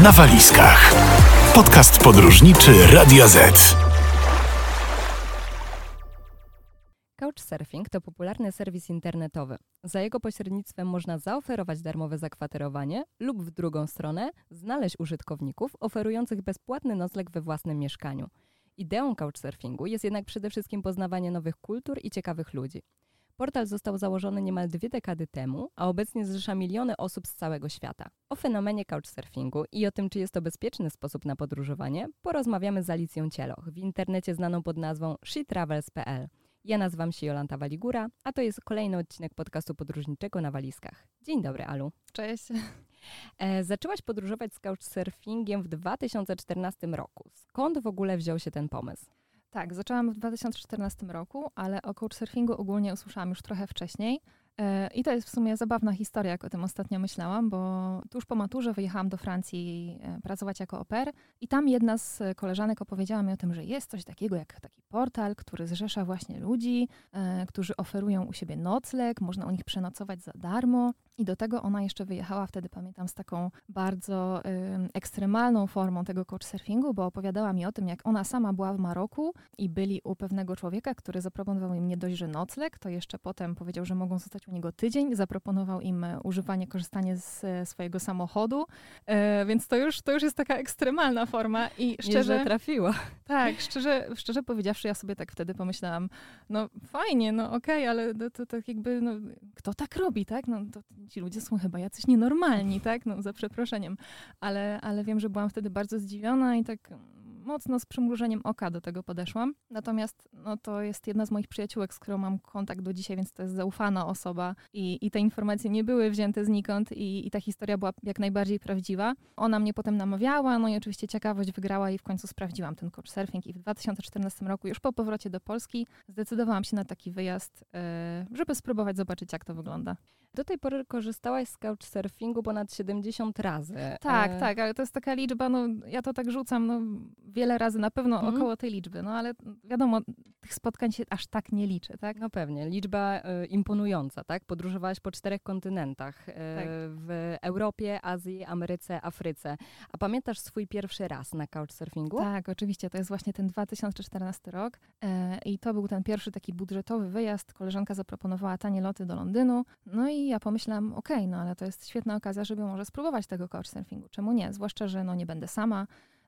Na walizkach. Podcast podróżniczy Radia Z. Couchsurfing to popularny serwis internetowy. Za jego pośrednictwem można zaoferować darmowe zakwaterowanie lub w drugą stronę znaleźć użytkowników oferujących bezpłatny nocleg we własnym mieszkaniu. Ideą couchsurfingu jest jednak przede wszystkim poznawanie nowych kultur i ciekawych ludzi. Portal został założony niemal 2 dekady temu, a obecnie zrzesza miliony osób z całego świata. O fenomenie couchsurfingu i o tym, czy jest to bezpieczny sposób na podróżowanie, porozmawiamy z Alicją Cieloch, w internecie znaną pod nazwą shetravels.pl. Ja nazywam się Jolanta Waligura, a to jest kolejny odcinek podcastu podróżniczego Na walizkach. Dzień dobry, Alu. Cześć. Zaczęłaś podróżować z couchsurfingiem w 2014 roku. Skąd w ogóle wziął się ten pomysł? Tak, zaczęłam w 2014 roku, ale o couchsurfingu ogólnie usłyszałam już trochę wcześniej. I to jest w sumie zabawna historia, jak o tym ostatnio myślałam, bo tuż po maturze wyjechałam do Francji pracować jako au pair i tam jedna z koleżanek opowiedziała mi o tym, że jest coś takiego jak taki portal, który zrzesza właśnie ludzi, którzy oferują u siebie nocleg, można u nich przenocować za darmo. I do tego ona jeszcze wyjechała wtedy, pamiętam, z taką bardzo ekstremalną formą tego couchsurfingu, bo opowiadała mi o tym, jak ona sama była w Maroku i byli u pewnego człowieka, który zaproponował im nie dość, że nocleg, to jeszcze potem powiedział, że mogą zostać u niego tydzień, zaproponował im korzystanie z swojego samochodu, więc to już jest taka ekstremalna forma i szczerze trafiła. Tak, szczerze powiedziawszy, ja sobie tak wtedy pomyślałam, no fajnie, no okej, ale to tak jakby, no, kto tak robi, tak? No to ci ludzie są chyba jacyś nienormalni, tak? No za przeproszeniem, ale wiem, że byłam wtedy bardzo zdziwiona i tak mocno z przymrużeniem oka do tego podeszłam. Natomiast no, to jest jedna z moich przyjaciółek, z którą mam kontakt do dzisiaj, więc to jest zaufana osoba i te informacje nie były wzięte znikąd i ta historia była jak najbardziej prawdziwa. Ona mnie potem namawiała, no i oczywiście ciekawość wygrała i w końcu sprawdziłam ten couchsurfing i w 2014 roku, już po powrocie do Polski, zdecydowałam się na taki wyjazd, żeby spróbować zobaczyć, jak to wygląda. Do tej pory korzystałaś z couchsurfingu ponad 70 razy. Tak, ale to jest taka liczba, no ja to tak rzucam, no wiele razy, na pewno około tej liczby, no ale wiadomo, tych spotkań się aż tak nie liczy, tak? No pewnie, liczba imponująca, tak? Podróżowałaś po 4 kontynentach, tak. W Europie, Azji, Ameryce, Afryce. A pamiętasz swój pierwszy raz na couchsurfingu? Tak, oczywiście, to jest właśnie ten 2014 rok i to był ten pierwszy taki budżetowy wyjazd. Koleżanka zaproponowała tanie loty do Londynu, no i ja pomyślałam, okej, no ale to jest świetna okazja, żeby może spróbować tego couchsurfingu. Czemu nie? Zwłaszcza, że no nie będę sama,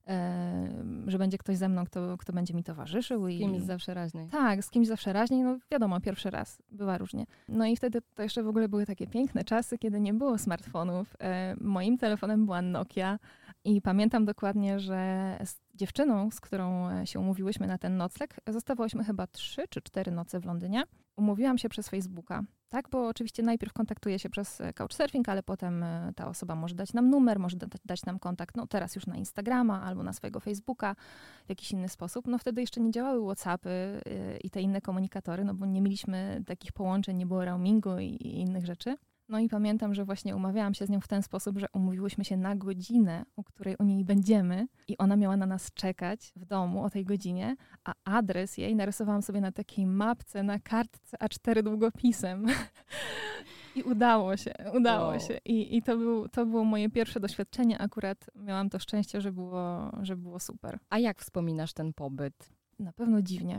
że będzie ktoś ze mną, kto będzie mi towarzyszył. Z kimś zawsze raźniej. Tak, z kimś zawsze raźniej, no wiadomo, pierwszy raz, bywa różnie. No i wtedy to jeszcze w ogóle były takie piękne czasy, kiedy nie było smartfonów. Moim telefonem była Nokia i pamiętam dokładnie, że z dziewczyną, z którą się umówiłyśmy na ten nocleg, zostawałyśmy chyba 3 czy 4 noce w Londynie. Umówiłam się przez Facebooka, tak? Bo oczywiście najpierw kontaktuje się przez couchsurfing, ale potem ta osoba może dać nam numer, może dać nam kontakt, no teraz już na Instagrama albo na swojego Facebooka w jakiś inny sposób. No wtedy jeszcze nie działały WhatsAppy i te inne komunikatory, no bo nie mieliśmy takich połączeń, nie było roamingu i innych rzeczy. No i pamiętam, że właśnie umawiałam się z nią w ten sposób, że umówiłyśmy się na godzinę, o której u niej będziemy i ona miała na nas czekać w domu o tej godzinie, a adres jej narysowałam sobie na takiej mapce, na kartce A4 długopisem. I udało się. I to było moje pierwsze doświadczenie. Akurat miałam to szczęście, że było super. A jak wspominasz ten pobyt? Na pewno dziwnie.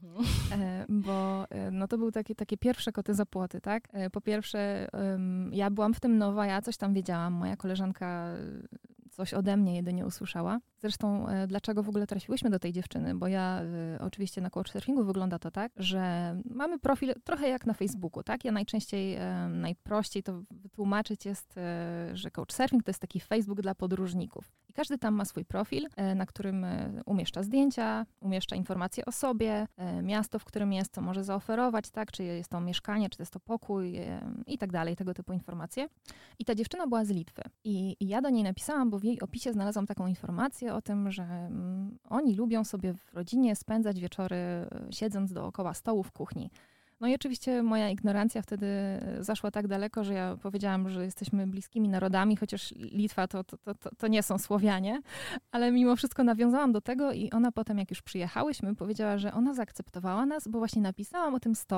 Bo no to były takie pierwsze koty za płoty, tak? Po pierwsze, ja byłam w tym nowa, ja coś tam wiedziałam, moja koleżanka coś ode mnie jedynie usłyszała. Zresztą dlaczego w ogóle trafiłyśmy do tej dziewczyny? Bo ja oczywiście na couchsurfingu wygląda to tak, że mamy profil trochę jak na Facebooku, tak? Ja najprościej to wytłumaczyć jest, że couchsurfing to jest taki Facebook dla podróżników. I każdy tam ma swój profil, na którym umieszcza zdjęcia, umieszcza informacje o sobie, miasto, w którym jest, co może zaoferować, tak? Czy jest to mieszkanie, czy to jest to pokój i tak dalej, tego typu informacje. I ta dziewczyna była z Litwy. I ja do niej napisałam, bo w jej opisie znalazłam taką informację o tym, że oni lubią sobie w rodzinie spędzać wieczory siedząc dookoła stołu w kuchni. No i oczywiście moja ignorancja wtedy zaszła tak daleko, że ja powiedziałam, że jesteśmy bliskimi narodami, chociaż Litwa to nie są Słowianie, ale mimo wszystko nawiązałam do tego i ona potem, jak już przyjechałyśmy, powiedziała, że ona zaakceptowała nas, bo właśnie napisałam o tym stole.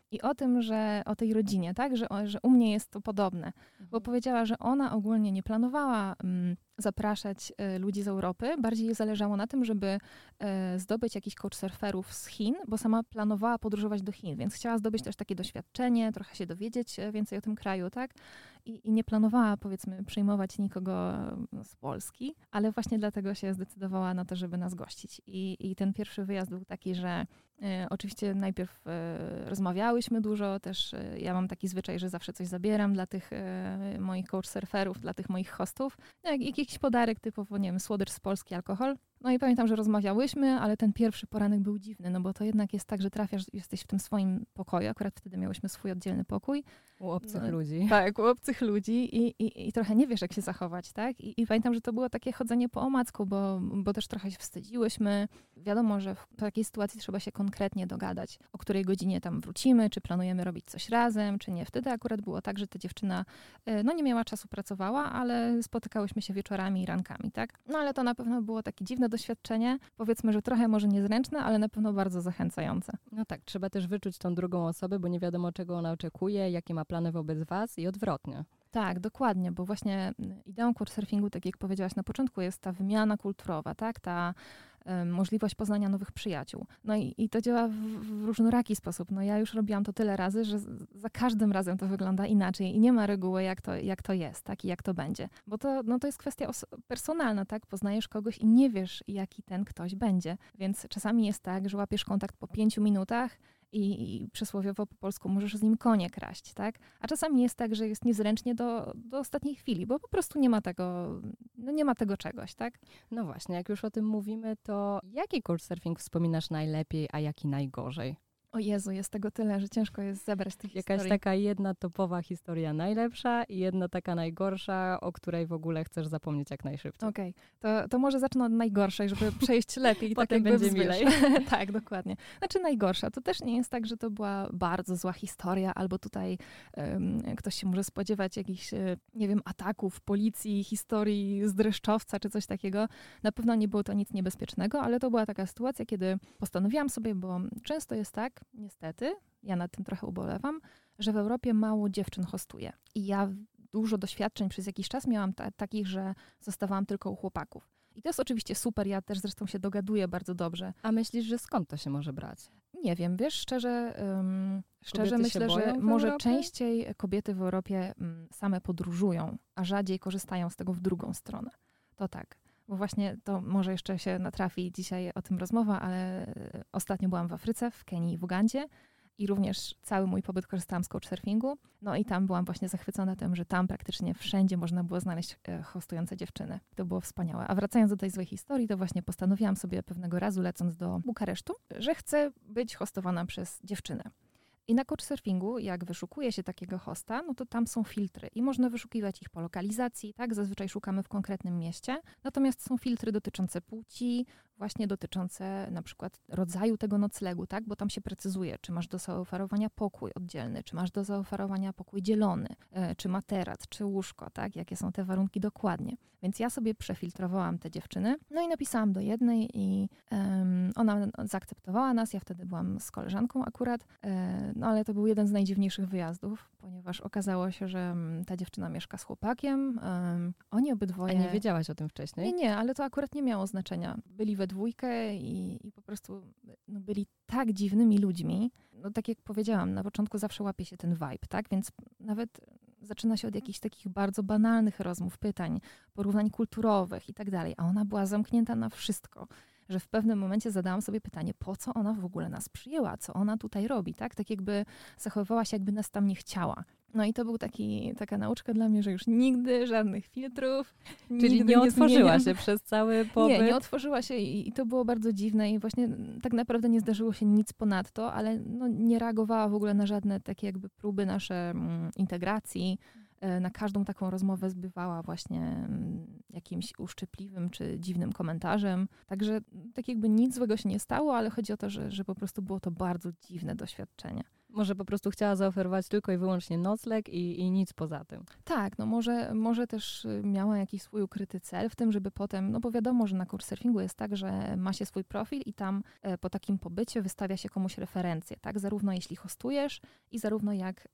i o tym, że o tej rodzinie, tak, że u mnie jest to podobne. Bo powiedziała, że ona ogólnie nie planowała zapraszać ludzi z Europy, bardziej jej zależało na tym, żeby zdobyć jakichś couchsurferów z Chin, bo sama planowała podróżować do Chin, więc chciała zdobyć też takie doświadczenie, trochę się dowiedzieć więcej o tym kraju, tak? I nie planowała, powiedzmy, przyjmować nikogo z Polski, ale właśnie dlatego się zdecydowała na to, żeby nas gościć. I ten pierwszy wyjazd był taki, że oczywiście najpierw rozmawiałyśmy dużo, też ja mam taki zwyczaj, że zawsze coś zabieram dla tych moich couchsurferów, dla tych moich hostów. Jakiś podarek typowo, nie wiem, słodycz z Polski, alkohol. No i pamiętam, że rozmawiałyśmy, ale ten pierwszy poranek był dziwny, no bo to jednak jest tak, że trafiasz, jesteś w tym swoim pokoju, akurat wtedy miałyśmy swój oddzielny pokój. U obcych ludzi. Tak, u obcych ludzi i trochę nie wiesz, jak się zachować, tak? I pamiętam, że to było takie chodzenie po omacku, bo też trochę się wstydziłyśmy. Wiadomo, że w takiej sytuacji trzeba się konkretnie dogadać, o której godzinie tam wrócimy, czy planujemy robić coś razem, czy nie. Wtedy akurat było tak, że ta dziewczyna no nie miała czasu, pracowała, ale spotykałyśmy się wieczorami i rankami, tak? No ale to na pewno było takie dziwne doświadczenie, powiedzmy, że trochę może niezręczne, ale na pewno bardzo zachęcające. No tak, trzeba też wyczuć tą drugą osobę, bo nie wiadomo, czego ona oczekuje, jakie ma plany wobec was i odwrotnie. Tak, dokładnie, bo właśnie ideą couchsurfingu, tak jak powiedziałaś na początku, jest ta wymiana kulturowa, tak? Ta możliwość poznania nowych przyjaciół. No i to działa w różnoraki sposób. No ja już robiłam to tyle razy, że za każdym razem to wygląda inaczej i nie ma reguły, jak to jest, tak? I jak to będzie. Bo to jest kwestia personalna, tak? Poznajesz kogoś i nie wiesz, jaki ten ktoś będzie. Więc czasami jest tak, że łapiesz kontakt po 5 minutach i przysłowiowo po polsku możesz z nim konie kraść, tak? A czasami jest tak, że jest niezręcznie do ostatniej chwili, bo po prostu nie ma tego czegoś, tak? No właśnie, jak już o tym mówimy, to jaki couchsurfing wspominasz najlepiej, a jaki najgorzej? O Jezu, jest tego tyle, że ciężko jest zebrać tych historii. Jakaś taka jedna topowa historia najlepsza i jedna taka najgorsza, o której w ogóle chcesz zapomnieć jak najszybciej. Okej, to może zacznę od najgorszej, żeby przejść lepiej. Potem tak będzie milej. Tak, dokładnie. Znaczy najgorsza, to też nie jest tak, że to była bardzo zła historia, albo tutaj ktoś się może spodziewać jakichś, nie wiem, ataków, policji, historii z dreszczowca, czy coś takiego. Na pewno nie było to nic niebezpiecznego, ale to była taka sytuacja, kiedy postanowiłam sobie, bo często jest tak, niestety, ja nad tym trochę ubolewam, że w Europie mało dziewczyn hostuje. I ja dużo doświadczeń przez jakiś czas miałam takich, że zostawałam tylko u chłopaków. I to jest oczywiście super, ja też zresztą się dogaduję bardzo dobrze. A myślisz, że skąd to się może brać? Nie wiem, wiesz, szczerze myślę, boją że w może Europie? częściej kobiety w Europie same podróżują, a rzadziej korzystają z tego w drugą stronę. To tak. Bo właśnie to może jeszcze się natrafi dzisiaj o tym rozmowa, ale ostatnio byłam w Afryce, w Kenii i w Ugandzie i również cały mój pobyt korzystałam z couchsurfingu. No i tam byłam właśnie zachwycona tym, że tam praktycznie wszędzie można było znaleźć hostujące dziewczyny. To było wspaniałe. A wracając do tej złej historii, to właśnie postanowiłam sobie pewnego razu, lecąc do Bukaresztu, że chcę być hostowana przez dziewczynę. I na couchsurfingu, jak wyszukuje się takiego hosta, no to tam są filtry i można wyszukiwać ich po lokalizacji, tak? Zazwyczaj szukamy w konkretnym mieście. Natomiast są filtry dotyczące płci, właśnie dotyczące na przykład rodzaju tego noclegu, tak? Bo tam się precyzuje, czy masz do zaoferowania pokój oddzielny, czy masz do zaoferowania pokój dzielony, czy materac, czy łóżko, tak? Jakie są te warunki dokładnie. Więc ja sobie przefiltrowałam te dziewczyny, no i napisałam do jednej i ona zaakceptowała nas, ja wtedy byłam z koleżanką akurat, no ale to był jeden z najdziwniejszych wyjazdów, ponieważ okazało się, że ta dziewczyna mieszka z chłopakiem, oni obydwoje... A nie wiedziałaś o tym wcześniej? Nie, ale to akurat nie miało znaczenia. Byli we dwójkę i po prostu byli tak dziwnymi ludźmi. No tak jak powiedziałam, na początku zawsze łapie się ten vibe, tak? Więc nawet zaczyna się od jakichś takich bardzo banalnych rozmów, pytań, porównań kulturowych i tak dalej. A ona była zamknięta na wszystko, że w pewnym momencie zadałam sobie pytanie, po co ona w ogóle nas przyjęła, co ona tutaj robi, tak? Tak jakby zachowywała się, jakby nas tam nie chciała. No i to był taka nauczka dla mnie, że już nigdy żadnych filtrów. Czyli nigdy nie otworzyła zmieniam. się przez cały pobyt? Nie otworzyła się i to było bardzo dziwne i właśnie tak naprawdę nie zdarzyło się nic ponadto, ale no, nie reagowała w ogóle na żadne takie jakby próby nasze integracji. Na każdą taką rozmowę zbywała właśnie jakimś uszczypliwym czy dziwnym komentarzem. Także tak jakby nic złego się nie stało, ale chodzi o to, że po prostu było to bardzo dziwne doświadczenie. Może po prostu chciała zaoferować tylko i wyłącznie nocleg i nic poza tym. Tak, no może też miała jakiś swój ukryty cel w tym, żeby potem, no bo wiadomo, że na Couchsurfingu jest tak, że ma się swój profil i tam po takim pobycie wystawia się komuś referencje, tak? Zarówno jeśli hostujesz i zarówno jak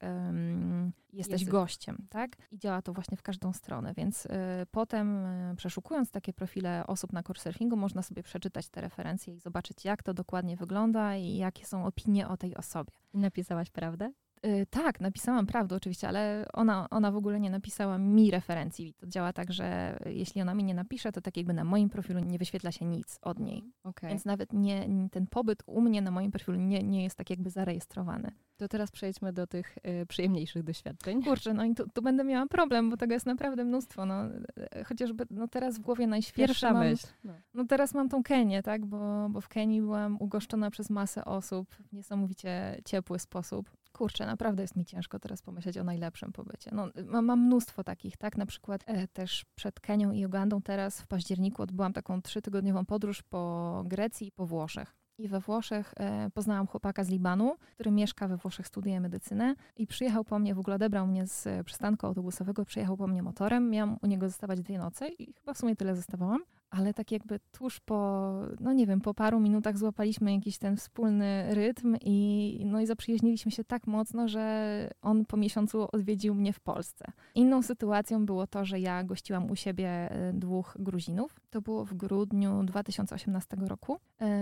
jesteś gościem, tak? I działa to właśnie w każdą stronę, więc potem przeszukując takie profile osób na Couchsurfingu, można sobie przeczytać te referencje i zobaczyć, jak to dokładnie wygląda i jakie są opinie o tej osobie. I napisałaś prawdę? Tak, napisałam prawdę oczywiście, ale ona w ogóle nie napisała mi referencji. To działa tak, że jeśli ona mi nie napisze, to tak jakby na moim profilu nie wyświetla się nic od niej. Okay. Więc nawet ten pobyt u mnie na moim profilu nie jest tak jakby zarejestrowany. To teraz przejdźmy do tych przyjemniejszych doświadczeń. Kurczę, no i tu będę miała problem, bo tego jest naprawdę mnóstwo. No, chociażby teraz w głowie najświeższa myśl. No teraz mam tą Kenię, tak, bo w Kenii byłam ugoszczona przez masę osób w niesamowicie ciepły sposób. Kurczę, naprawdę jest mi ciężko teraz pomyśleć o najlepszym pobycie. No, mam mnóstwo takich, tak? Na przykład też przed Kenią i Ugandą teraz w październiku odbyłam taką 3-tygodniową podróż po Grecji i po Włoszech. I we Włoszech poznałam chłopaka z Libanu, który mieszka we Włoszech, studiuje medycynę i przyjechał po mnie, w ogóle odebrał mnie z przystanku autobusowego, przyjechał po mnie motorem. Miałam u niego zostawać 2 noce i chyba w sumie tyle zostawałam. Ale tak jakby tuż po, no nie wiem, po paru minutach złapaliśmy jakiś ten wspólny rytm i zaprzyjaźniliśmy się tak mocno, że on po miesiącu odwiedził mnie w Polsce. Inną sytuacją było to, że ja gościłam u siebie 2 Gruzinów. To było w grudniu 2018 roku.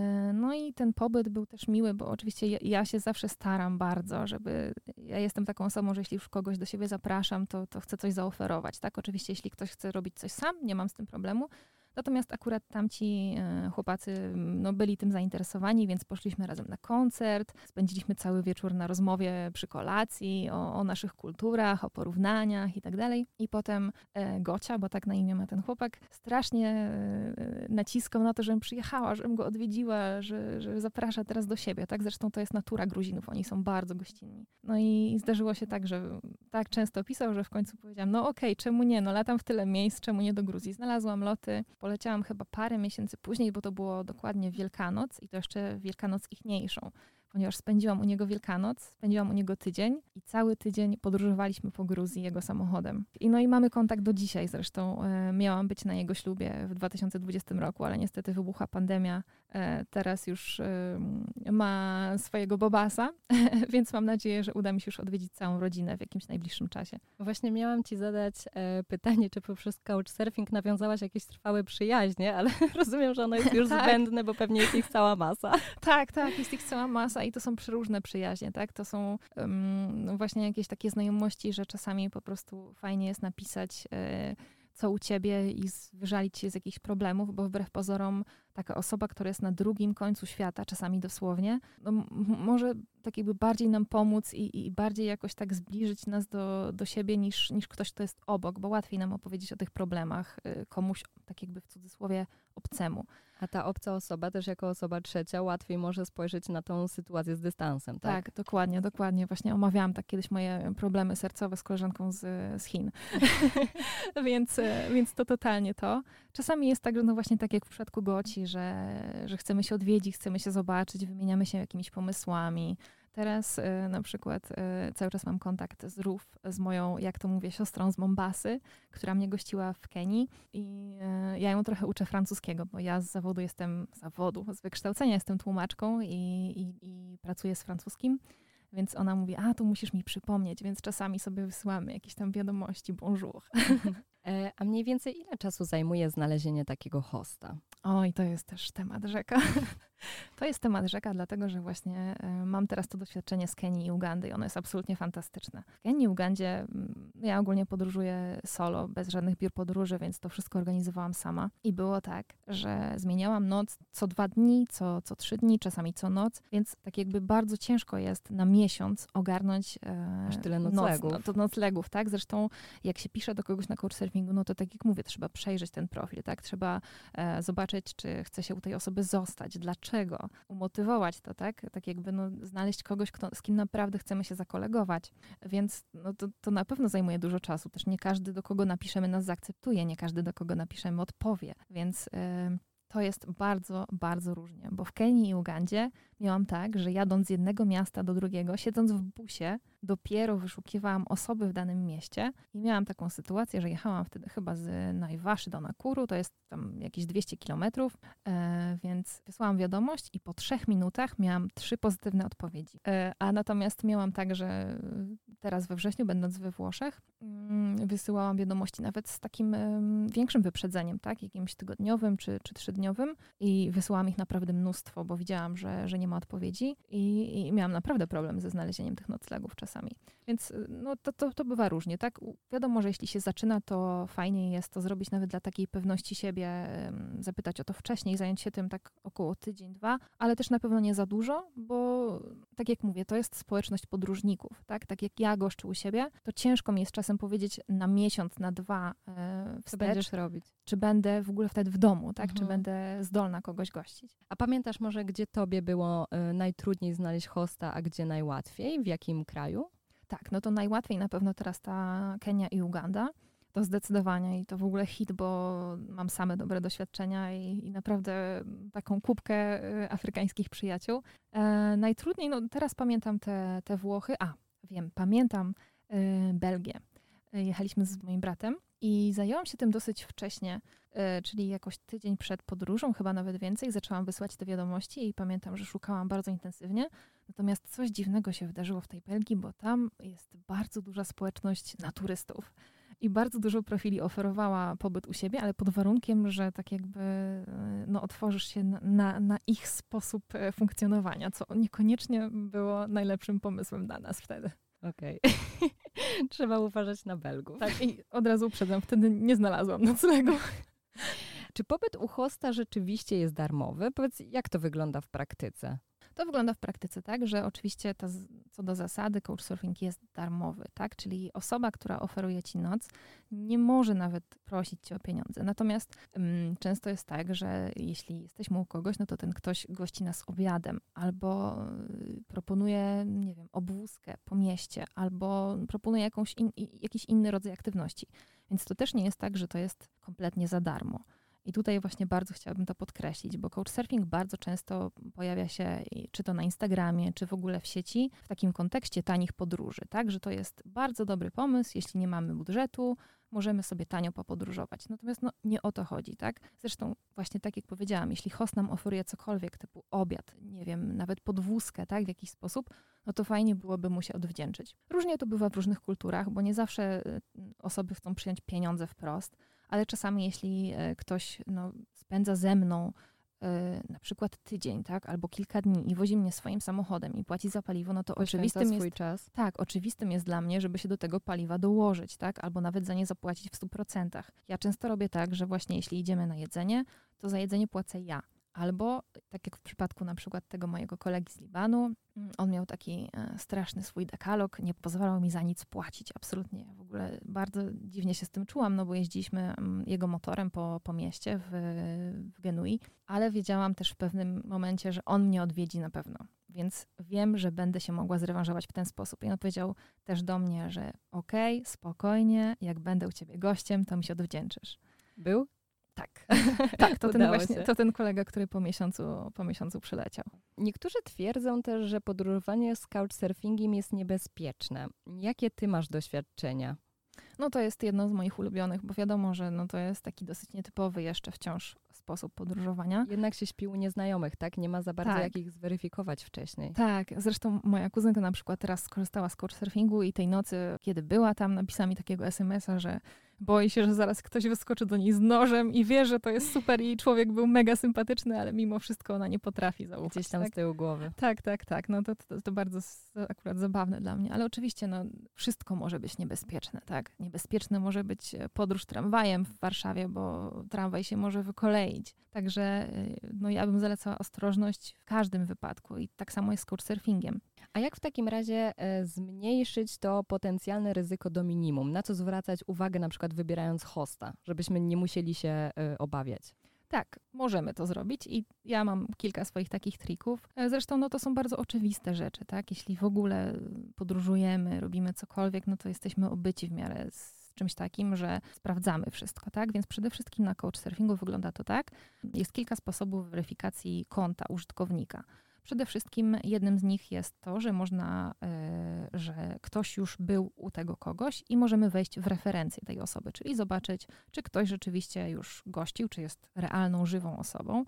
No i ten pobyt był też miły, bo oczywiście ja się zawsze staram bardzo, ja jestem taką osobą, że jeśli już kogoś do siebie zapraszam, to chcę coś zaoferować, tak? Oczywiście jeśli ktoś chce robić coś sam, nie mam z tym problemu. Natomiast akurat tamci chłopacy byli tym zainteresowani, więc poszliśmy razem na koncert, spędziliśmy cały wieczór na rozmowie przy kolacji o naszych kulturach, o porównaniach i tak dalej. I potem Gocia, bo tak na imię ma ten chłopak, strasznie naciskał na to, żebym przyjechała, żebym go odwiedziła, że zaprasza teraz do siebie. Tak? Zresztą to jest natura Gruzinów, oni są bardzo gościnni. No i zdarzyło się tak, że tak często pisał, że w końcu powiedziałam, no okej, czemu nie, no latam w tyle miejsc, czemu nie do Gruzji. Znalazłam loty. Poleciałam chyba parę miesięcy później, bo to było dokładnie Wielkanoc i to jeszcze Wielkanoc ichniejszą, ponieważ spędziłam u niego Wielkanoc, spędziłam u niego tydzień i cały tydzień podróżowaliśmy po Gruzji jego samochodem. I mamy kontakt do dzisiaj zresztą. Miałam być na jego ślubie w 2020 roku, ale niestety wybuchła pandemia. Teraz już ma swojego bobasa, więc mam nadzieję, że uda mi się już odwiedzić całą rodzinę w jakimś najbliższym czasie. Właśnie miałam ci zadać pytanie, czy poprzez couchsurfing nawiązałaś jakieś trwałe przyjaźnie, ale rozumiem, że ono jest już zbędne, bo pewnie jest ich cała masa. Tak, jest ich cała masa i to są przeróżne przyjaźnie, tak? To są właśnie jakieś takie znajomości, że czasami po prostu fajnie jest napisać co u ciebie i wyżalić się z jakichś problemów, bo wbrew pozorom taka osoba, która jest na drugim końcu świata, czasami dosłownie, może tak jakby bardziej nam pomóc i bardziej jakoś tak zbliżyć nas do siebie niż ktoś, kto jest obok, bo łatwiej nam opowiedzieć o tych problemach komuś tak jakby w cudzysłowie obcemu. A ta obca osoba też jako osoba trzecia łatwiej może spojrzeć na tą sytuację z dystansem, tak? Tak, dokładnie. Właśnie omawiałam tak kiedyś moje problemy sercowe z koleżanką z Chin. więc to totalnie to. Czasami jest tak, że właśnie tak jak w przypadku Goci, że chcemy się odwiedzić, chcemy się zobaczyć, wymieniamy się jakimiś pomysłami. Teraz na przykład cały czas mam kontakt z Ruf, z moją, jak to mówię, siostrą z Mombasy, która mnie gościła w Kenii i ja ją trochę uczę francuskiego, bo ja z wykształcenia jestem tłumaczką i pracuję z francuskim. Więc ona mówi, to musisz mi przypomnieć, więc czasami sobie wysyłamy jakieś tam wiadomości, bonjour. A mniej więcej ile czasu zajmuje znalezienie takiego hosta? Oj, to jest też temat rzeka. To jest temat rzeka, dlatego że właśnie mam teraz to doświadczenie z Kenii i Ugandy i ono jest absolutnie fantastyczne. W Kenii i Ugandzie ja ogólnie podróżuję solo, bez żadnych biur podróży, więc to wszystko organizowałam sama. I było tak, że zmieniałam noc co 2 dni, co 3 dni, czasami co noc, więc tak jakby bardzo ciężko jest na miesiąc ogarnąć aż tyle noclegów. Noclegów, tak? Zresztą jak się pisze do kogoś na couchsurfingu, no to tak jak mówię, trzeba przejrzeć ten profil, tak? Trzeba zobaczyć, czy chce się u tej osoby zostać, dlaczego, umotywować to, tak? Tak jakby znaleźć kogoś, z kim naprawdę chcemy się zakolegować. Więc to na pewno zajmuje dużo czasu. Też nie każdy, do kogo napiszemy, nas zaakceptuje, nie każdy, do kogo napiszemy, odpowie. Więc to jest bardzo, bardzo różnie, bo w Kenii i Ugandzie miałam tak, że jadąc z jednego miasta do drugiego, siedząc w busie, dopiero wyszukiwałam osoby w danym mieście i miałam taką sytuację, że jechałam wtedy chyba z Najwaszy do Nakuru, to jest tam jakieś 200 kilometrów, więc wysłałam wiadomość i po 3 minutach miałam 3 pozytywne odpowiedzi. A natomiast miałam tak, że teraz we wrześniu, będąc we Włoszech, wysyłałam wiadomości nawet z takim większym wyprzedzeniem, tak, jakimś tygodniowym czy 3-dniowym i wysyłałam ich naprawdę mnóstwo, bo widziałam, że nie ma odpowiedzi i miałam naprawdę problem ze znalezieniem tych noclegów czasami. Więc no, to bywa różnie, tak? Wiadomo, że jeśli się zaczyna, to fajnie jest to zrobić nawet dla takiej pewności siebie, zapytać o to wcześniej, zająć się tym tak około tydzień, 2, ale też na pewno nie za dużo, bo tak jak mówię, to jest społeczność podróżników, tak? Tak jak ja goszczę u siebie, to ciężko mi jest czasem powiedzieć na miesiąc, na 2 wstecz, Co będziesz robić? Czy będę w ogóle wtedy w domu, tak? Czy będę zdolna kogoś gościć. A pamiętasz może, gdzie tobie było najtrudniej znaleźć hosta, a gdzie najłatwiej? W jakim kraju? Tak, no to najłatwiej na pewno teraz ta Kenia i Uganda. To zdecydowanie i to w ogóle hit, bo mam same dobre doświadczenia i naprawdę taką kubkę afrykańskich przyjaciół. Najtrudniej, no teraz pamiętam te Włochy. Pamiętam Belgię. Jechaliśmy z moim bratem i zajęłam się tym dosyć wcześnie, czyli jakoś tydzień przed podróżą, chyba nawet więcej, zaczęłam wysyłać te wiadomości i pamiętam, że szukałam bardzo intensywnie. Natomiast coś dziwnego się wydarzyło w tej Belgii, bo tam jest bardzo duża społeczność naturystów i bardzo dużo profili oferowała pobyt u siebie, ale pod warunkiem, że tak jakby otworzysz się na ich sposób funkcjonowania, co niekoniecznie było najlepszym pomysłem dla nas wtedy. Okej. Trzeba uważać na Belgów. Tak, i od razu uprzedzam, wtedy nie znalazłam noclegu. Czy pobyt u hosta rzeczywiście jest darmowy? Powiedz, jak to wygląda w praktyce? To wygląda w praktyce tak, że oczywiście co do zasady couchsurfing jest darmowy, tak? Czyli osoba, która oferuje ci noc, nie może nawet prosić cię o pieniądze. Natomiast często jest tak, że jeśli jesteśmy u kogoś, no to ten ktoś gości nas obiadem albo proponuje, nie wiem, obwózkę po mieście albo proponuje jakiś inny rodzaj aktywności. Więc to też nie jest tak, że to jest kompletnie za darmo. I tutaj właśnie bardzo chciałabym to podkreślić, bo couchsurfing bardzo często pojawia się, czy to na Instagramie, czy w ogóle w sieci, w takim kontekście tanich podróży, tak? Że to jest bardzo dobry pomysł, jeśli nie mamy budżetu, możemy sobie tanio popodróżować. Natomiast nie o to chodzi, tak? Zresztą właśnie tak jak powiedziałam, jeśli host nam oferuje cokolwiek typu obiad, nie wiem, nawet podwózkę, tak? W jakiś sposób, no to fajnie byłoby mu się odwdzięczyć. Różnie to bywa w różnych kulturach, bo nie zawsze osoby chcą przyjąć pieniądze wprost, ale czasami jeśli ktoś spędza ze mną na przykład tydzień, tak, albo kilka dni i wozi mnie swoim samochodem i płaci za paliwo, no to oczywistym jest czas. Tak, oczywistym jest dla mnie, żeby się do tego paliwa dołożyć, tak, albo nawet za nie zapłacić w 100%. Ja często robię tak, że właśnie jeśli idziemy na jedzenie, to za jedzenie płacę ja. Albo, tak jak w przypadku na przykład tego mojego kolegi z Libanu, on miał taki straszny swój dekalog, nie pozwalał mi za nic płacić, absolutnie. W ogóle bardzo dziwnie się z tym czułam, no bo jeździliśmy jego motorem po mieście w Genui, ale wiedziałam też w pewnym momencie, że on mnie odwiedzi na pewno. Więc wiem, że będę się mogła zrewanżować w ten sposób. I on powiedział też do mnie, że okej, spokojnie, jak będę u ciebie gościem, to mi się odwdzięczysz. Był? Tak, tak, to ten kolega, który po miesiącu przyleciał. Niektórzy twierdzą też, że podróżowanie z couchsurfingiem jest niebezpieczne. Jakie ty masz doświadczenia? No to jest jedno z moich ulubionych, bo wiadomo, że to jest taki dosyć nietypowy jeszcze wciąż sposób podróżowania. Jednak się śpi u nieznajomych, tak? Nie ma za bardzo jak ich zweryfikować wcześniej. Tak, zresztą moja kuzynka na przykład teraz skorzystała z couchsurfingu i tej nocy, kiedy była tam, napisała mi takiego SMS-a, że boi się, że zaraz ktoś wyskoczy do niej z nożem i wie, że to jest super i człowiek był mega sympatyczny, ale mimo wszystko ona nie potrafi zaufać. Gdzieś tam z tyłu głowy. Tak. No to bardzo akurat zabawne dla mnie. Ale oczywiście wszystko może być niebezpieczne, tak? Niebezpieczne może być podróż tramwajem w Warszawie, bo tramwaj się może wykoleić. Także ja bym zalecała ostrożność w każdym wypadku i tak samo jest z couchsurfingiem. A jak w takim razie zmniejszyć to potencjalne ryzyko do minimum? Na co zwracać uwagę na przykład wybierając hosta, żebyśmy nie musieli się obawiać? Tak, możemy to zrobić i ja mam kilka swoich takich trików. Zresztą to są bardzo oczywiste rzeczy, tak? Jeśli w ogóle podróżujemy, robimy cokolwiek, no to jesteśmy obyci w miarę z z czymś takim, że sprawdzamy wszystko, tak? Więc przede wszystkim na Couchsurfingu wygląda to tak. Jest kilka sposobów weryfikacji konta użytkownika. Przede wszystkim jednym z nich jest to, że że ktoś już był u tego kogoś i możemy wejść w referencję tej osoby, czyli zobaczyć, czy ktoś rzeczywiście już gościł, czy jest realną, żywą osobą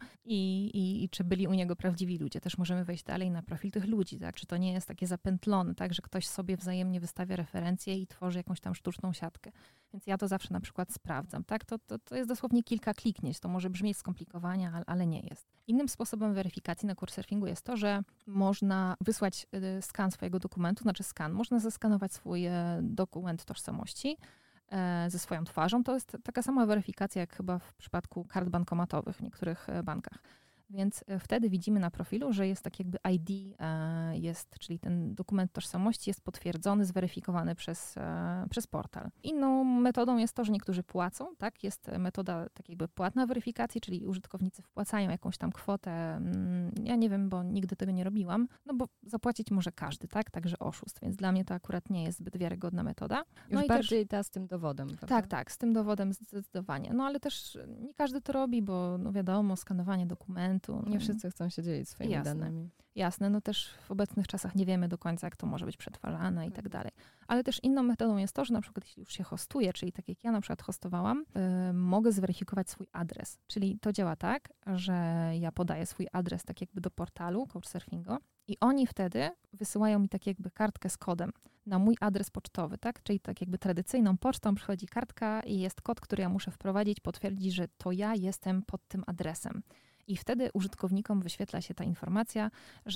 i czy byli u niego prawdziwi ludzie. Też możemy wejść dalej na profil tych ludzi, tak? Czy to nie jest takie zapętlone, tak, że ktoś sobie wzajemnie wystawia referencje i tworzy jakąś tam sztuczną siatkę. Więc ja to zawsze na przykład sprawdzam, tak? To jest dosłownie kilka kliknięć. To może brzmieć skomplikowanie, ale nie jest. Innym sposobem weryfikacji na Couchsurfingu jest to, że można wysłać skan swojego dokumentu, można zeskanować swój dokument tożsamości ze swoją twarzą. To jest taka sama weryfikacja, jak chyba w przypadku kart bankomatowych w niektórych bankach. Więc wtedy widzimy na profilu, że jest tak jakby ID, czyli ten dokument tożsamości jest potwierdzony, zweryfikowany przez portal. Inną metodą jest to, że niektórzy płacą, tak? Jest metoda tak jakby płatna weryfikacji, czyli użytkownicy wpłacają jakąś tam kwotę. Ja nie wiem, bo nigdy tego nie robiłam, no bo zapłacić może każdy, tak? Także oszust, więc dla mnie to akurat nie jest zbyt wiarygodna metoda. No już i bardziej ta z tym dowodem. Prawda? Tak, z tym dowodem zdecydowanie. No ale też nie każdy to robi, bo no wiadomo, skanowanie dokumentu. Nie wszyscy chcą się dzielić swoimi danymi. Jasne, no też w obecnych czasach nie wiemy do końca, jak to może być przetwarzane i tak dalej. Ale też inną metodą jest to, że na przykład jeśli już się hostuje, czyli tak jak ja na przykład hostowałam, mogę zweryfikować swój adres. Czyli to działa tak, że ja podaję swój adres tak jakby do portalu Couchsurfingu i oni wtedy wysyłają mi tak jakby kartkę z kodem na mój adres pocztowy, tak? Czyli tak jakby tradycyjną pocztą przychodzi kartka i jest kod, który ja muszę wprowadzić, potwierdzić, że to ja jestem pod tym adresem. I wtedy użytkownikom wyświetla się ta informacja,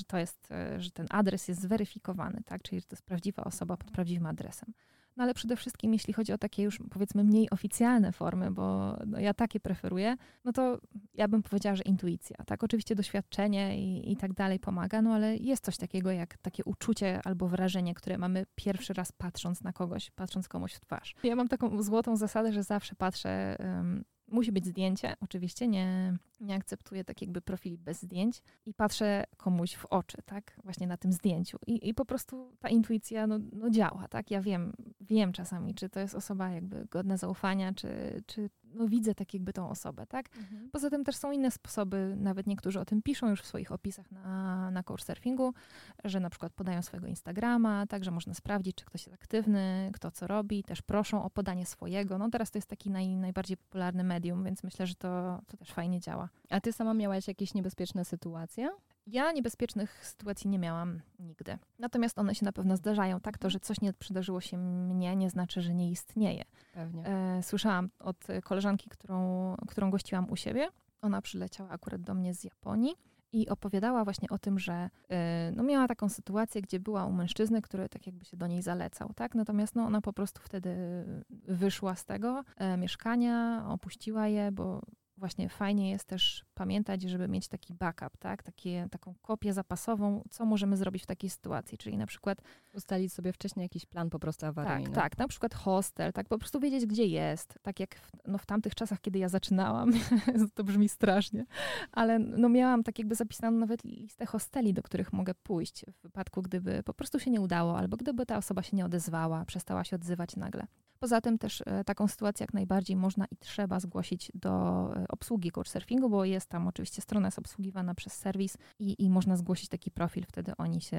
że ten adres jest zweryfikowany, tak? Czyli że to jest prawdziwa osoba pod prawdziwym adresem. No ale przede wszystkim, jeśli chodzi o takie już powiedzmy mniej oficjalne formy, bo no, ja takie preferuję, no to ja bym powiedziała, że intuicja, tak? Oczywiście doświadczenie i tak dalej pomaga, no ale jest coś takiego jak takie uczucie albo wrażenie, które mamy pierwszy raz patrząc na kogoś, patrząc komuś w twarz. Ja mam taką złotą zasadę, że zawsze patrzę. Musi być zdjęcie, oczywiście, nie akceptuję tak jakby profili bez zdjęć i patrzę komuś w oczy, tak, właśnie na tym zdjęciu i po prostu ta intuicja no działa, tak, ja wiem czasami, czy to jest osoba jakby godna zaufania, czy no widzę tak jakby tą osobę, tak. Poza tym też są inne sposoby, nawet niektórzy o tym piszą już w swoich opisach na Couchsurfingu, że na przykład podają swojego Instagrama, tak, że można sprawdzić, czy ktoś jest aktywny, kto co robi, też proszą o podanie swojego, no teraz to jest taki najbardziej popularny medium, więc myślę, że to też fajnie działa. A ty sama miałaś jakieś niebezpieczne sytuacje? Ja niebezpiecznych sytuacji nie miałam nigdy. Natomiast one się na pewno zdarzają. Tak, to, że coś nie przydarzyło się mnie, nie znaczy, że nie istnieje. Pewnie. Słyszałam od koleżanki, którą gościłam u siebie. Ona przyleciała akurat do mnie z Japonii i opowiadała właśnie o tym, że no miała taką sytuację, gdzie była u mężczyzny, który tak jakby się do niej zalecał, tak? Natomiast no ona po prostu wtedy wyszła z tego mieszkania, opuściła je, bo właśnie fajnie jest też pamiętać, żeby mieć taki backup, tak? Taką kopię zapasową, co możemy zrobić w takiej sytuacji, czyli na przykład ustalić sobie wcześniej jakiś plan po prostu awaryjny. Tak, na przykład hostel, tak, po prostu wiedzieć, gdzie jest, tak jak w tamtych czasach, kiedy ja zaczynałam, to brzmi strasznie, ale no miałam tak jakby zapisaną nawet listę hosteli, do których mogę pójść w wypadku, gdyby po prostu się nie udało, albo gdyby ta osoba się nie odezwała, przestała się odzywać nagle. Poza tym też taką sytuację jak najbardziej można i trzeba zgłosić do obsługi Couchsurfingu, bo jest tam oczywiście strona jest obsługiwana przez serwis i można zgłosić taki profil, wtedy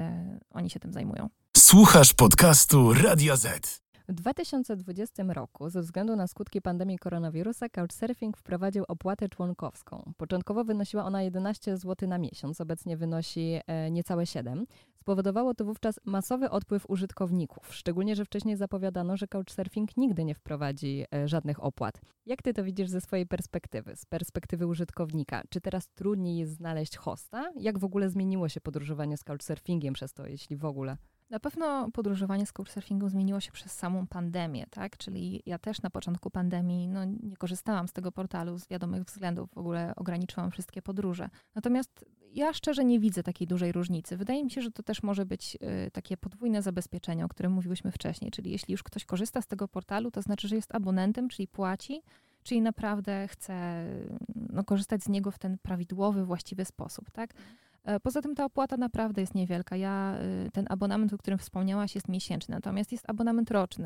oni się tym zajmują. Słuchasz podcastu Radia Z. W 2020 roku ze względu na skutki pandemii koronawirusa Couchsurfing wprowadził opłatę członkowską. Początkowo wynosiła ona 11 zł na miesiąc, obecnie wynosi niecałe 7. Spowodowało to wówczas masowy odpływ użytkowników, szczególnie, że wcześniej zapowiadano, że Couchsurfing nigdy nie wprowadzi żadnych opłat. Jak ty to widzisz ze swojej perspektywy, z perspektywy użytkownika? Czy teraz trudniej jest znaleźć hosta? Jak w ogóle zmieniło się podróżowanie z Couchsurfingiem przez to, jeśli w ogóle? Na pewno podróżowanie z Couchsurfingu zmieniło się przez samą pandemię, tak? Czyli ja też na początku pandemii nie korzystałam z tego portalu z wiadomych względów, w ogóle ograniczyłam wszystkie podróże. Natomiast ja szczerze nie widzę takiej dużej różnicy. Wydaje mi się, że to też może być takie podwójne zabezpieczenie, o którym mówiłyśmy wcześniej. Czyli jeśli już ktoś korzysta z tego portalu, to znaczy, że jest abonentem, czyli płaci, czyli naprawdę chce korzystać z niego w ten prawidłowy, właściwy sposób, tak? Poza tym ta opłata naprawdę jest niewielka. Ten abonament, o którym wspomniałaś, jest miesięczny, natomiast jest abonament roczny.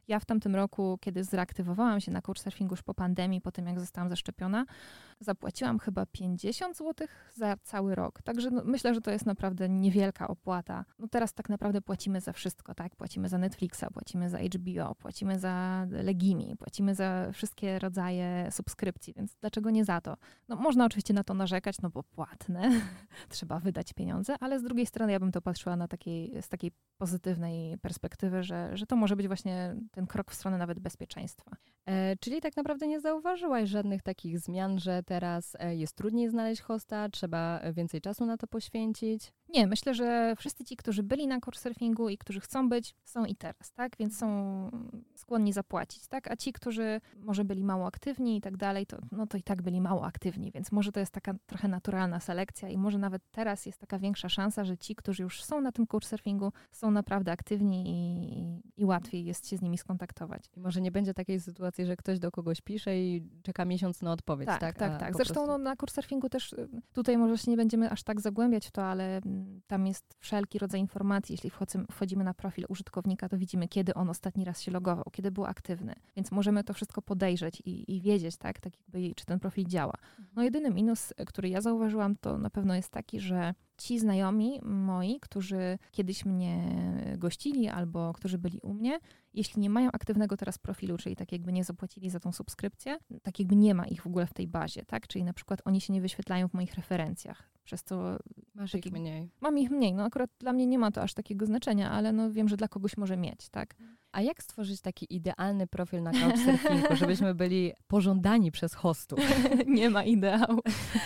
Ja w tamtym roku, kiedy zreaktywowałam się na couchsurfingu już po pandemii, po tym jak zostałam zaszczepiona, zapłaciłam chyba 50 zł za cały rok. Także myślę, że to jest naprawdę niewielka opłata. No teraz tak naprawdę płacimy za wszystko, tak? Płacimy za Netflixa, płacimy za HBO, płacimy za Legimi, płacimy za wszystkie rodzaje subskrypcji, więc dlaczego nie za to? No można oczywiście na to narzekać, no bo płatne, trzeba wydać pieniądze, ale z drugiej strony ja bym to patrzyła z takiej pozytywnej perspektywy, że to może być właśnie ten krok w stronę nawet bezpieczeństwa. Czyli tak naprawdę nie zauważyłaś żadnych takich zmian, że teraz jest trudniej znaleźć hosta, trzeba więcej czasu na to poświęcić? Nie, myślę, że wszyscy ci, którzy byli na couchsurfingu i którzy chcą być, są i teraz, tak? Więc są skłonni zapłacić, tak? A ci, którzy może byli mało aktywni i tak dalej, to i tak byli mało aktywni, więc może to jest taka trochę naturalna selekcja i może nawet teraz jest taka większa szansa, że ci, którzy już są na tym couchsurfingu, są naprawdę aktywni i łatwiej jest się z nimi skontaktować. I może nie będzie takiej sytuacji, że ktoś do kogoś pisze i czeka miesiąc na odpowiedź, tak? Tak. Zresztą na couchsurfingu też, tutaj może się nie będziemy aż tak zagłębiać w to, ale tam jest wszelki rodzaj informacji. Jeśli wchodzimy na profil użytkownika, to widzimy, kiedy on ostatni raz się logował, kiedy był aktywny. Więc możemy to wszystko podejrzeć i wiedzieć, tak jakby, czy ten profil działa. No jedyny minus, który ja zauważyłam, to na pewno jest taki, że ci znajomi moi, którzy kiedyś mnie gościli albo którzy byli u mnie, jeśli nie mają aktywnego teraz profilu, czyli tak jakby nie zapłacili za tą subskrypcję, tak jakby nie ma ich w ogóle w tej bazie, tak? Czyli na przykład oni się nie wyświetlają w moich referencjach, przez co... Masz ich mniej. Mam ich mniej, no akurat dla mnie nie ma to aż takiego znaczenia, ale no wiem, że dla kogoś może mieć, tak? A jak stworzyć taki idealny profil na couchsurfingu, żebyśmy byli pożądani przez hostów? Nie ma ideału.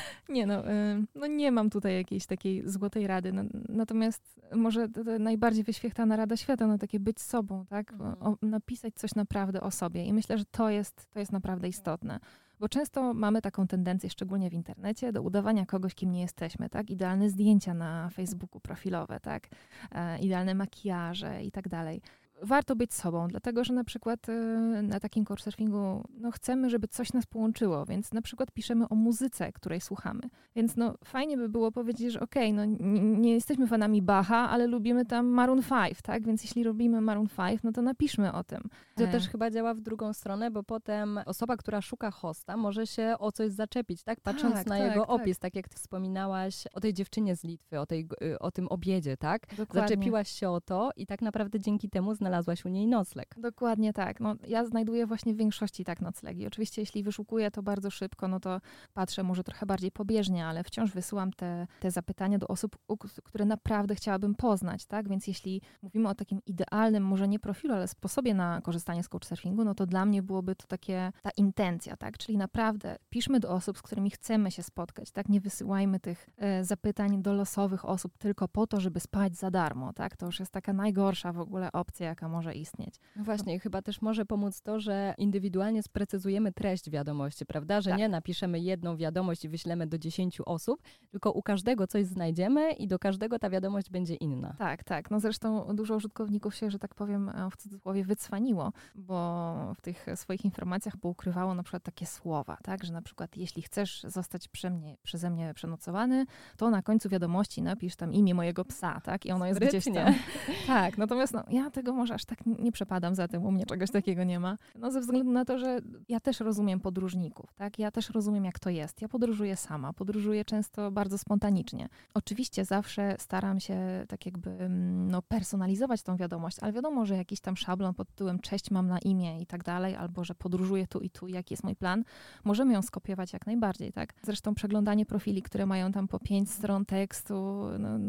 No nie mam tutaj jakiejś takiej złotej rady. Natomiast może najbardziej wyświechtana rada świata, no takie być sobą, tak? Napisać coś naprawdę o sobie. I myślę, że to jest naprawdę istotne. Bo często mamy taką tendencję, szczególnie w internecie, do udawania kogoś, kim nie jesteśmy, tak? Idealne zdjęcia na Facebooku profilowe, tak? Idealne makijaże i tak dalej. Warto być sobą, dlatego że na przykład na takim couchsurfingu chcemy, żeby coś nas połączyło, więc na przykład piszemy o muzyce, której słuchamy. Więc fajnie by było powiedzieć, że nie jesteśmy fanami Bacha, ale lubimy tam Maroon 5, tak? Więc jeśli lubimy Maroon 5, no to napiszmy o tym. To też chyba działa w drugą stronę, bo potem osoba, która szuka hosta, może się o coś zaczepić, tak? Patrząc na jego opis, tak jak ty wspominałaś o tej dziewczynie z Litwy, o tym obiedzie, tak? Dokładnie. Zaczepiłaś się o to i tak naprawdę dzięki temu znalazłaś u niej nocleg. Dokładnie tak. Ja znajduję właśnie w większości tak noclegi. Oczywiście jeśli wyszukuję to bardzo szybko, no to patrzę może trochę bardziej pobieżnie, ale wciąż wysyłam te zapytania do osób, które naprawdę chciałabym poznać, tak? Więc jeśli mówimy o takim idealnym, może nie profilu, ale sposobie na korzystanie z couchsurfingu, no to dla mnie byłoby to ta intencja, tak? Czyli naprawdę piszmy do osób, z którymi chcemy się spotkać, tak? Nie wysyłajmy tych zapytań do losowych osób tylko po to, żeby spać za darmo, tak? To już jest taka najgorsza w ogóle opcja, jaka może istnieć. No właśnie, chyba też może pomóc to, że indywidualnie sprecyzujemy treść wiadomości, prawda? Że nie napiszemy jedną wiadomość i wyślemy do 10 osób, tylko u każdego coś znajdziemy i do każdego ta wiadomość będzie inna. Tak. Zresztą dużo użytkowników się, że tak powiem, w cudzysłowie wycwaniło, bo w tych swoich informacjach poukrywało na przykład takie słowa, tak? Że na przykład jeśli chcesz zostać przeze mnie przenocowany, to na końcu wiadomości napisz tam imię mojego psa, tak? I ono jest gdzieś tam. Tak, natomiast ja tego może aż tak nie przepadam za tym, u mnie czegoś takiego nie ma. Ze względu na to, że ja też rozumiem podróżników, tak? Ja też rozumiem, jak to jest. Ja podróżuję sama, podróżuję często bardzo spontanicznie. Oczywiście zawsze staram się tak jakby personalizować tą wiadomość, ale wiadomo, że jakiś tam szablon pod tytułem cześć, mam na imię i tak dalej, albo że podróżuję tu i tu, jaki jest mój plan, możemy ją skopiować jak najbardziej, tak? Zresztą przeglądanie profili, które mają tam po 5 stron tekstu,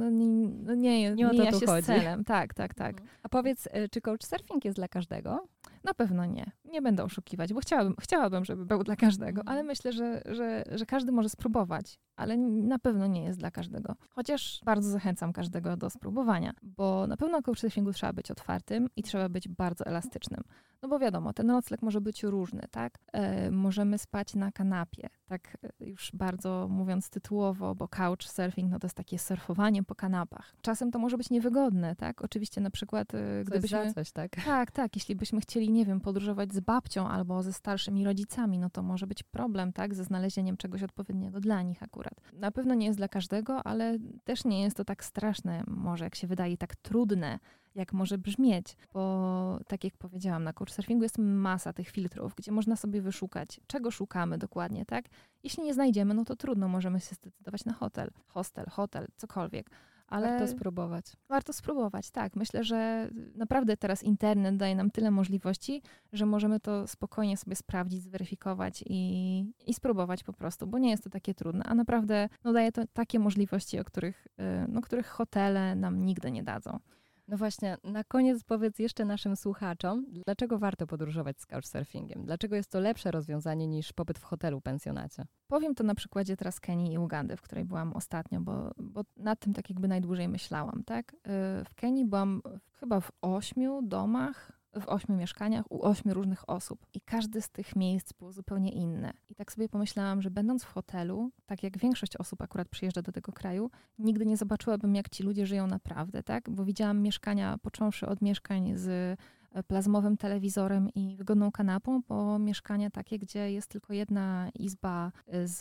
nie ja się z celem. Tak. A powiedz, czy couchsurfing jest dla każdego? Na pewno nie. Nie będę oszukiwać, bo chciałabym, żeby był dla każdego, ale myślę, że każdy może spróbować, ale na pewno nie jest dla każdego. Chociaż bardzo zachęcam każdego do spróbowania, bo na pewno na couchsurfingu trzeba być otwartym i trzeba być bardzo elastycznym. No bo wiadomo, ten nocleg może być różny, tak? Możemy spać na kanapie, tak już bardzo mówiąc tytułowo, bo couchsurfing to jest takie surfowanie po kanapach. Czasem to może być niewygodne, tak? Oczywiście na przykład gdybyśmy... Coś, tak? Tak, jeśli byśmy chcieli chcieli, nie wiem, podróżować z babcią albo ze starszymi rodzicami, no to może być problem, tak, ze znalezieniem czegoś odpowiedniego dla nich akurat. Na pewno nie jest dla każdego, ale też nie jest to tak straszne, może jak się wydaje, tak trudne, jak może brzmieć, bo tak jak powiedziałam, na Couchsurfingu jest masa tych filtrów, gdzie można sobie wyszukać, czego szukamy dokładnie, tak? Jeśli nie znajdziemy, no to trudno, możemy się zdecydować na hotel, cokolwiek. Ale warto spróbować. Warto spróbować, tak. Myślę, że naprawdę teraz internet daje nam tyle możliwości, że możemy to spokojnie sobie sprawdzić, zweryfikować i spróbować po prostu, bo nie jest to takie trudne, a naprawdę daje to takie możliwości, których hotele nam nigdy nie dadzą. No właśnie, na koniec powiedz jeszcze naszym słuchaczom, dlaczego warto podróżować z couchsurfingiem? Dlaczego jest to lepsze rozwiązanie niż pobyt w hotelu, pensjonacie? Powiem to na przykładzie teraz Kenii i Ugandy, w której byłam ostatnio, bo nad tym tak jakby najdłużej myślałam, tak? W Kenii byłam chyba w 8 domach, w 8 mieszkaniach u 8 różnych osób i każdy z tych miejsc było zupełnie inne. I tak sobie pomyślałam, że będąc w hotelu, tak jak większość osób akurat przyjeżdża do tego kraju, nigdy nie zobaczyłabym, jak ci ludzie żyją naprawdę, tak? Bo widziałam mieszkania, począwszy od mieszkań z plazmowym telewizorem i wygodną kanapą, po mieszkania takie, gdzie jest tylko jedna izba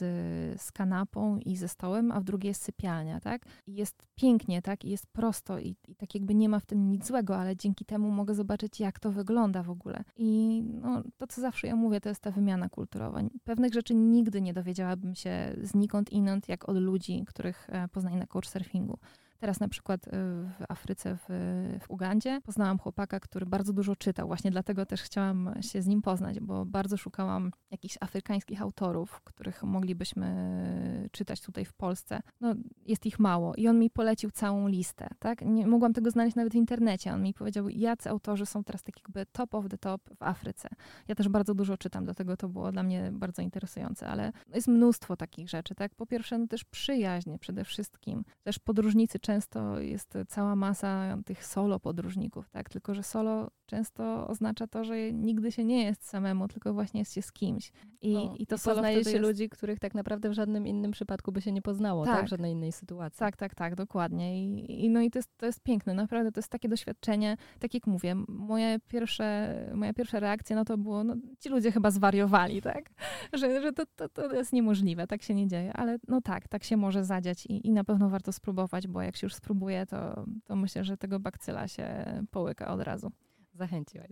z kanapą i ze stołem, a w drugiej jest sypialnia, tak? I jest pięknie, tak? I jest prosto i tak jakby nie ma w tym nic złego, ale dzięki temu mogę zobaczyć, jak to wygląda w ogóle. I to, co zawsze ja mówię, to jest ta wymiana kulturowa. Pewnych rzeczy nigdy nie dowiedziałabym się znikąd inąd, jak od ludzi, których poznaję na couchsurfingu. Teraz na przykład w Afryce, w Ugandzie poznałam chłopaka, który bardzo dużo czytał. Właśnie dlatego też chciałam się z nim poznać, bo bardzo szukałam jakichś afrykańskich autorów, których moglibyśmy czytać tutaj w Polsce. Jest ich mało i on mi polecił całą listę, tak? Nie mogłam tego znaleźć nawet w internecie. On mi powiedział, jacy autorzy są teraz tak jakby top of the top w Afryce. Ja też bardzo dużo czytam, dlatego to było dla mnie bardzo interesujące, ale jest mnóstwo takich rzeczy, tak? Po pierwsze, też przyjaźnie przede wszystkim. Też podróżnicy często jest cała masa tych solo podróżników, tak? Tylko że solo często oznacza to, że nigdy się nie jest samemu, tylko właśnie jest się z kimś. I to solo poznaje się jest ludzi, których tak naprawdę w żadnym innym przypadku by się nie poznało, tak? W żadnej innej sytuacji. Tak, dokładnie. I to jest piękne, naprawdę to jest takie doświadczenie, tak jak mówię, moja pierwsza reakcja to było, ci ludzie chyba zwariowali, tak? Że to jest niemożliwe, tak się nie dzieje, ale tak się może zadziać i na pewno warto spróbować, bo jak się już spróbuje, to myślę, że tego bakcyla się połyka od razu. Zachęciłaś.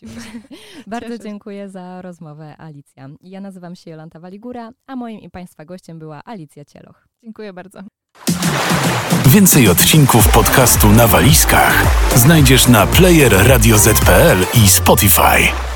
Bardzo dziękuję za rozmowę, Alicja. Ja nazywam się Jolanta Waligura, a moim i Państwa gościem była Alicja Cieloch. Dziękuję bardzo. Więcej odcinków podcastu Na Walizkach znajdziesz na player Radio ZPL i Spotify.